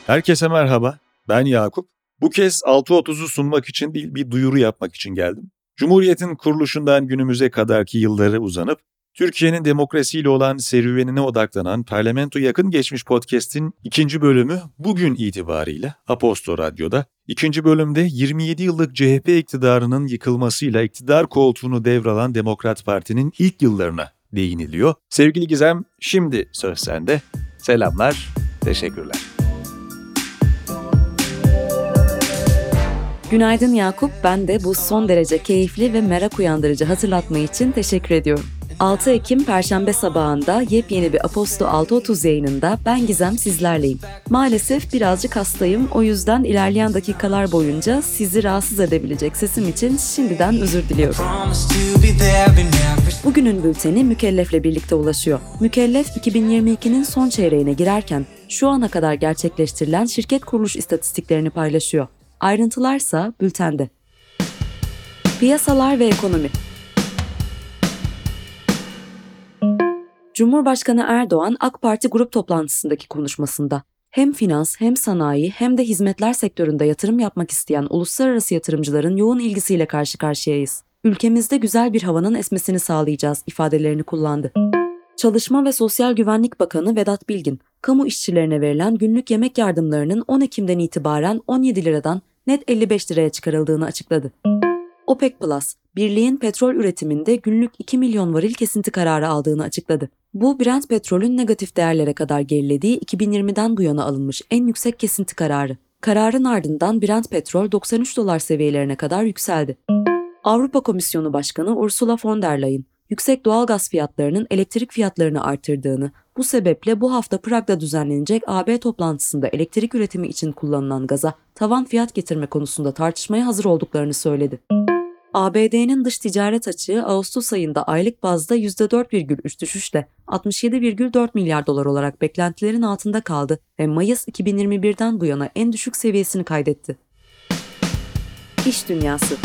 Herkese merhaba, ben Yakup. Bu kez 6.30'u sunmak için değil, bir duyuru yapmak için geldim. Cumhuriyet'in kuruluşundan günümüze kadarki yılları uzanıp, Türkiye'nin demokrasiyle olan serüvenine odaklanan Parlamento Yakın Geçmiş Podcast'in 2. bölümü bugün itibariyle Aposto Radyo'da. 2. bölümde 27 yıllık CHP iktidarının yıkılmasıyla iktidar koltuğunu devralan Demokrat Parti'nin ilk yıllarına değiniliyor. Sevgili Gizem, şimdi söz sende. Selamlar, teşekkürler. Günaydın Yakup, ben de bu son derece keyifli ve merak uyandırıcı hatırlatma için teşekkür ediyorum. 6 Ekim Perşembe sabahında yepyeni bir Aposto 6.30 yayınında ben Gizem sizlerleyim. Maalesef birazcık hastayım, o yüzden ilerleyen dakikalar boyunca sizi rahatsız edebilecek sesim için şimdiden özür diliyorum. Bugünün bülteni Mükellef'le birlikte ulaşıyor. Mükellef 2022'nin son çeyreğine girerken şu ana kadar gerçekleştirilen şirket kuruluş istatistiklerini paylaşıyor. Ayrıntılarsa bültende. Piyasalar ve ekonomi. Cumhurbaşkanı Erdoğan, AK Parti grup toplantısındaki konuşmasında hem finans hem sanayi hem de hizmetler sektöründe yatırım yapmak isteyen uluslararası yatırımcıların yoğun ilgisiyle karşı karşıyayız. Ülkemizde güzel bir havanın esmesini sağlayacağız ifadelerini kullandı. Çalışma ve Sosyal Güvenlik Bakanı Vedat Bilgin, kamu işçilerine verilen günlük yemek yardımlarının 10 Ekim'den itibaren 17 liradan net 55 liraya çıkarıldığını açıkladı. OPEC Plus, birliğin petrol üretiminde günlük 2 milyon varil kesinti kararı aldığını açıkladı. Bu, Brent petrolün negatif değerlere kadar gerilediği 2020'den bu yana alınmış en yüksek kesinti kararı. Kararın ardından Brent petrol 93 dolar seviyelerine kadar yükseldi. Avrupa Komisyonu Başkanı Ursula von der Leyen, yüksek doğalgaz fiyatlarının elektrik fiyatlarını artırdığını, bu sebeple bu hafta Prag'da düzenlenecek AB toplantısında elektrik üretimi için kullanılan gaza tavan fiyat getirme konusunda tartışmaya hazır olduklarını söyledi. ABD'nin dış ticaret açığı Ağustos ayında aylık bazda %4,3 düşüşle 67,4 milyar dolar olarak beklentilerin altında kaldı ve Mayıs 2021'den bu yana en düşük seviyesini kaydetti. İş dünyası.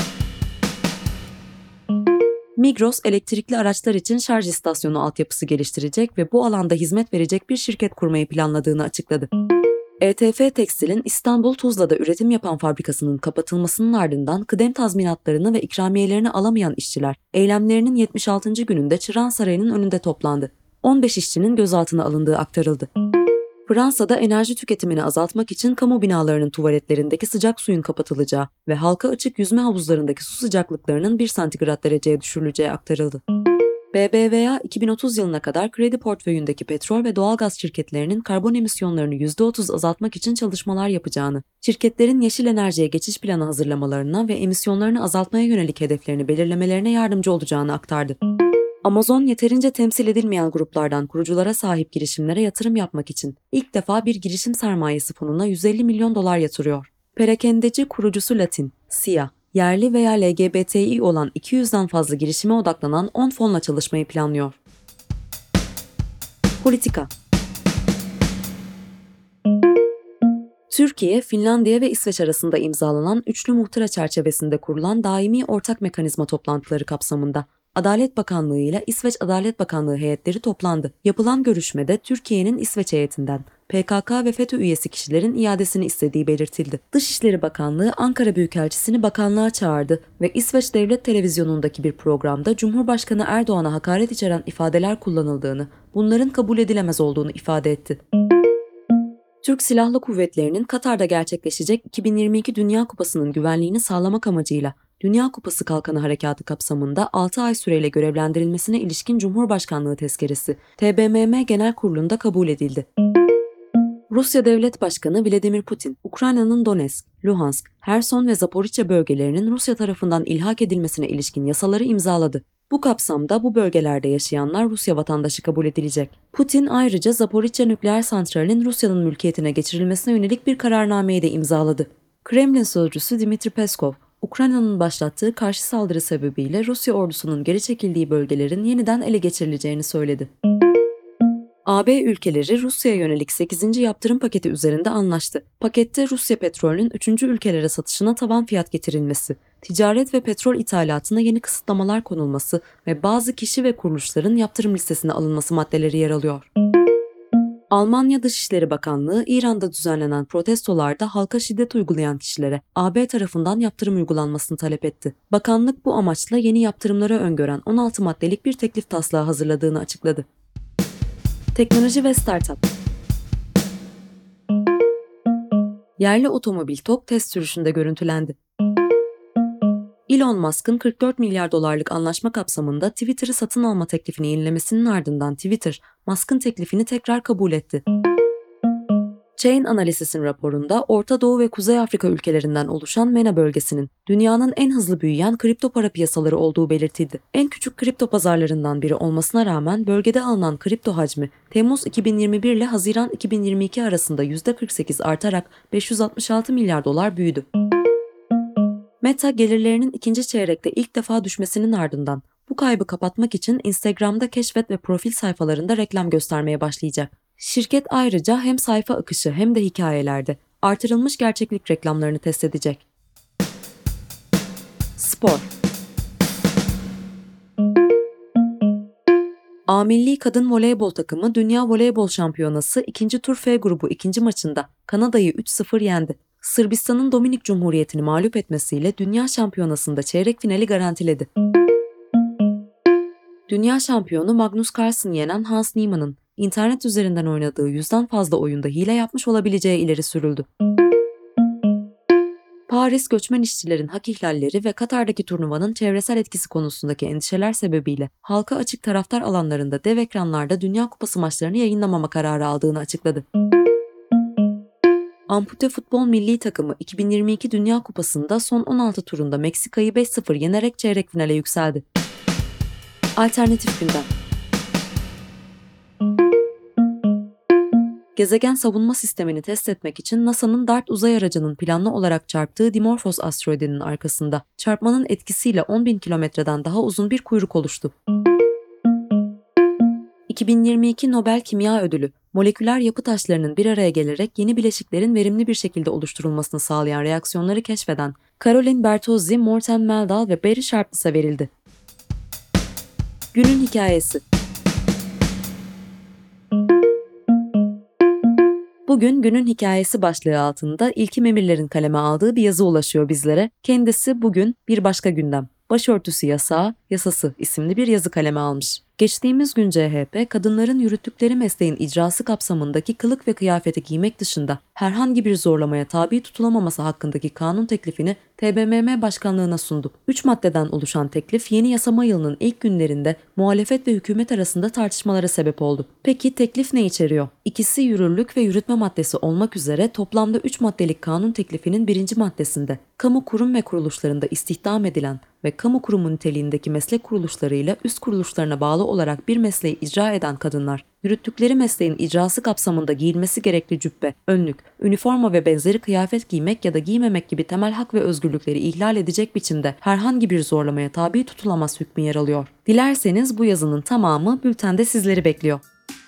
Migros, elektrikli araçlar için şarj istasyonu altyapısı geliştirecek ve bu alanda hizmet verecek bir şirket kurmayı planladığını açıkladı. ETF Tekstil'in İstanbul Tuzla'da üretim yapan fabrikasının kapatılmasının ardından kıdem tazminatlarını ve ikramiyelerini alamayan işçiler, eylemlerinin 76. gününde Çırağan Sarayı'nın önünde toplandı. 15 işçinin gözaltına alındığı aktarıldı. Fransa'da enerji tüketimini azaltmak için kamu binalarının tuvaletlerindeki sıcak suyun kapatılacağı ve halka açık yüzme havuzlarındaki su sıcaklıklarının 1 santigrat dereceye düşürüleceği aktarıldı. BBVA 2030 yılına kadar kredi portföyündeki petrol ve doğalgaz şirketlerinin karbon emisyonlarını %30 azaltmak için çalışmalar yapacağını, şirketlerin yeşil enerjiye geçiş planı hazırlamalarına ve emisyonlarını azaltmaya yönelik hedeflerini belirlemelerine yardımcı olacağını aktardı. Amazon, yeterince temsil edilmeyen gruplardan kuruculara sahip girişimlere yatırım yapmak için ilk defa bir girişim sermayesi fonuna 150 milyon dolar yatırıyor. Perakendeci kurucusu Latin, SIA, yerli veya LGBTİ olan 200'den fazla girişime odaklanan 10 fonla çalışmayı planlıyor. Politika. Türkiye, Finlandiya ve İsveç arasında imzalanan üçlü muhtıra çerçevesinde kurulan daimi ortak mekanizma toplantıları kapsamında Adalet Bakanlığı ile İsveç Adalet Bakanlığı heyetleri toplandı. Yapılan görüşmede Türkiye'nin İsveç heyetinden PKK ve FETÖ üyesi kişilerin iadesini istediği belirtildi. Dışişleri Bakanlığı Ankara Büyükelçisini bakanlığa çağırdı ve İsveç Devlet Televizyonu'ndaki bir programda Cumhurbaşkanı Erdoğan'a hakaret içeren ifadeler kullanıldığını, bunların kabul edilemez olduğunu ifade etti. Türk Silahlı Kuvvetleri'nin Katar'da gerçekleşecek 2022 Dünya Kupası'nın güvenliğini sağlamak amacıyla Dünya Kupası Kalkanı Harekatı kapsamında 6 ay süreyle görevlendirilmesine ilişkin Cumhurbaşkanlığı tezkeresi TBMM Genel Kurulu'nda kabul edildi. Rusya Devlet Başkanı Vladimir Putin, Ukrayna'nın Donetsk, Luhansk, Herson ve Zaporijya bölgelerinin Rusya tarafından ilhak edilmesine ilişkin yasaları imzaladı. Bu kapsamda bu bölgelerde yaşayanlar Rusya vatandaşı kabul edilecek. Putin ayrıca Zaporijya nükleer santralinin Rusya'nın mülkiyetine geçirilmesine yönelik bir kararnameyi de imzaladı. Kremlin sözcüsü Dmitri Peskov, Ukrayna'nın başlattığı karşı saldırı sebebiyle Rusya ordusunun geri çekildiği bölgelerin yeniden ele geçirileceğini söyledi. AB ülkeleri Rusya'ya yönelik 8. yaptırım paketi üzerinde anlaştı. Pakette Rusya petrolünün 3. ülkelere satışına tavan fiyat getirilmesi, ticaret ve petrol ithalatına yeni kısıtlamalar konulması ve bazı kişi ve kuruluşların yaptırım listesine alınması maddeleri yer alıyor. Almanya Dışişleri Bakanlığı, İran'da düzenlenen protestolarda halka şiddet uygulayan kişilere AB tarafından yaptırım uygulanmasını talep etti. Bakanlık bu amaçla yeni yaptırımları öngören 16 maddelik bir teklif taslağı hazırladığını açıkladı. Teknoloji ve Startup. Yerli otomobil TOG test sürüşünde görüntülendi. Elon Musk'ın 44 milyar dolarlık anlaşma kapsamında Twitter'ı satın alma teklifini yenilemesinin ardından Twitter, Musk'ın teklifini tekrar kabul etti. Chain Analysis'in raporunda Orta Doğu ve Kuzey Afrika ülkelerinden oluşan MENA bölgesinin dünyanın en hızlı büyüyen kripto para piyasaları olduğu belirtildi. En küçük kripto pazarlarından biri olmasına rağmen bölgede alınan kripto hacmi Temmuz 2021 ile Haziran 2022 arasında %48 artarak 566 milyar dolar büyüdü. Meta gelirlerinin ikinci çeyrekte ilk defa düşmesinin ardından bu kaybı kapatmak için Instagram'da keşfet ve profil sayfalarında reklam göstermeye başlayacak. Şirket ayrıca hem sayfa akışı hem de hikayelerde artırılmış gerçeklik reklamlarını test edecek. Spor. A Milli Kadın Voleybol takımı Dünya Voleybol Şampiyonası 2. Tur F grubu 2. maçında Kanada'yı 3-0 yendi. Sırbistan'ın Dominik Cumhuriyeti'ni mağlup etmesiyle Dünya Şampiyonası'nda çeyrek finali garantiledi. Dünya şampiyonu Magnus Carlsen yenen Hans Niemann'ın internet üzerinden oynadığı 100'den fazla oyunda hile yapmış olabileceği ileri sürüldü. Paris göçmen işçilerin hak ihlalleri ve Katar'daki turnuvanın çevresel etkisi konusundaki endişeler sebebiyle halka açık taraftar alanlarında dev ekranlarda Dünya Kupası maçlarını yayınlamama kararı aldığını açıkladı. Ampute Futbol Milli Takımı 2022 Dünya Kupası'nda son 16 turunda Meksika'yı 5-0 yenerek çeyrek finale yükseldi. Alternatif gündem. Gezegen savunma sistemini test etmek için NASA'nın DART uzay aracının planlı olarak çarptığı Dimorphos asteroidinin arkasında çarpmanın etkisiyle 10.000 kilometreden daha uzun bir kuyruk oluştu. 2022 Nobel Kimya Ödülü, moleküler yapı taşlarının bir araya gelerek yeni bileşiklerin verimli bir şekilde oluşturulmasını sağlayan reaksiyonları keşfeden Caroline Bertozzi, Morten Meldal ve Barry Sharpless'e verildi. Günün hikayesi. Bugün günün hikayesi başlığı altında İlkim Emirler'in kaleme aldığı bir yazı ulaşıyor bizlere. Kendisi bugün bir başka gündem, başörtüsü yasağı, yasası isimli bir yazı kaleme almış. Geçtiğimiz gün CHP, kadınların yürüttükleri mesleğin icrası kapsamındaki kılık ve kıyafeti giymek dışında herhangi bir zorlamaya tabi tutulamaması hakkındaki kanun teklifini TBMM Başkanlığı'na sundu. 3 maddeden oluşan teklif yeni yasama yılının ilk günlerinde muhalefet ve hükümet arasında tartışmalara sebep oldu. Peki teklif ne içeriyor? İkisi yürürlük ve yürütme maddesi olmak üzere toplamda 3 maddelik kanun teklifinin 1. maddesinde kamu kurum ve kuruluşlarında istihdam edilen ve kamu kurumu niteliğindeki meslek kuruluşlarıyla üst kuruluşlarına bağlı olarak bir mesleği icra eden kadınlar, yürüttükleri mesleğin icrası kapsamında giyilmesi gerekli cübbe, önlük, üniforma ve benzeri kıyafet giymek ya da giymemek gibi temel hak ve özgürlükleri ihlal edecek biçimde herhangi bir zorlamaya tabi tutulamaz hükmü yer alıyor. Dilerseniz bu yazının tamamı bültende sizleri bekliyor.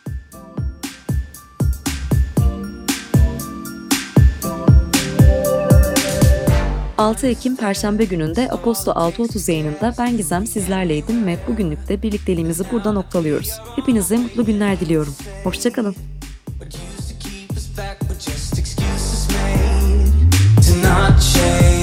6 Ekim Perşembe gününde Aposto 6.30 yayınında ben Gizem sizlerleydim ve bugünlük de birlikteliğimizi burada noktalıyoruz. Hepinize mutlu günler diliyorum. Hoşçakalın. Not change.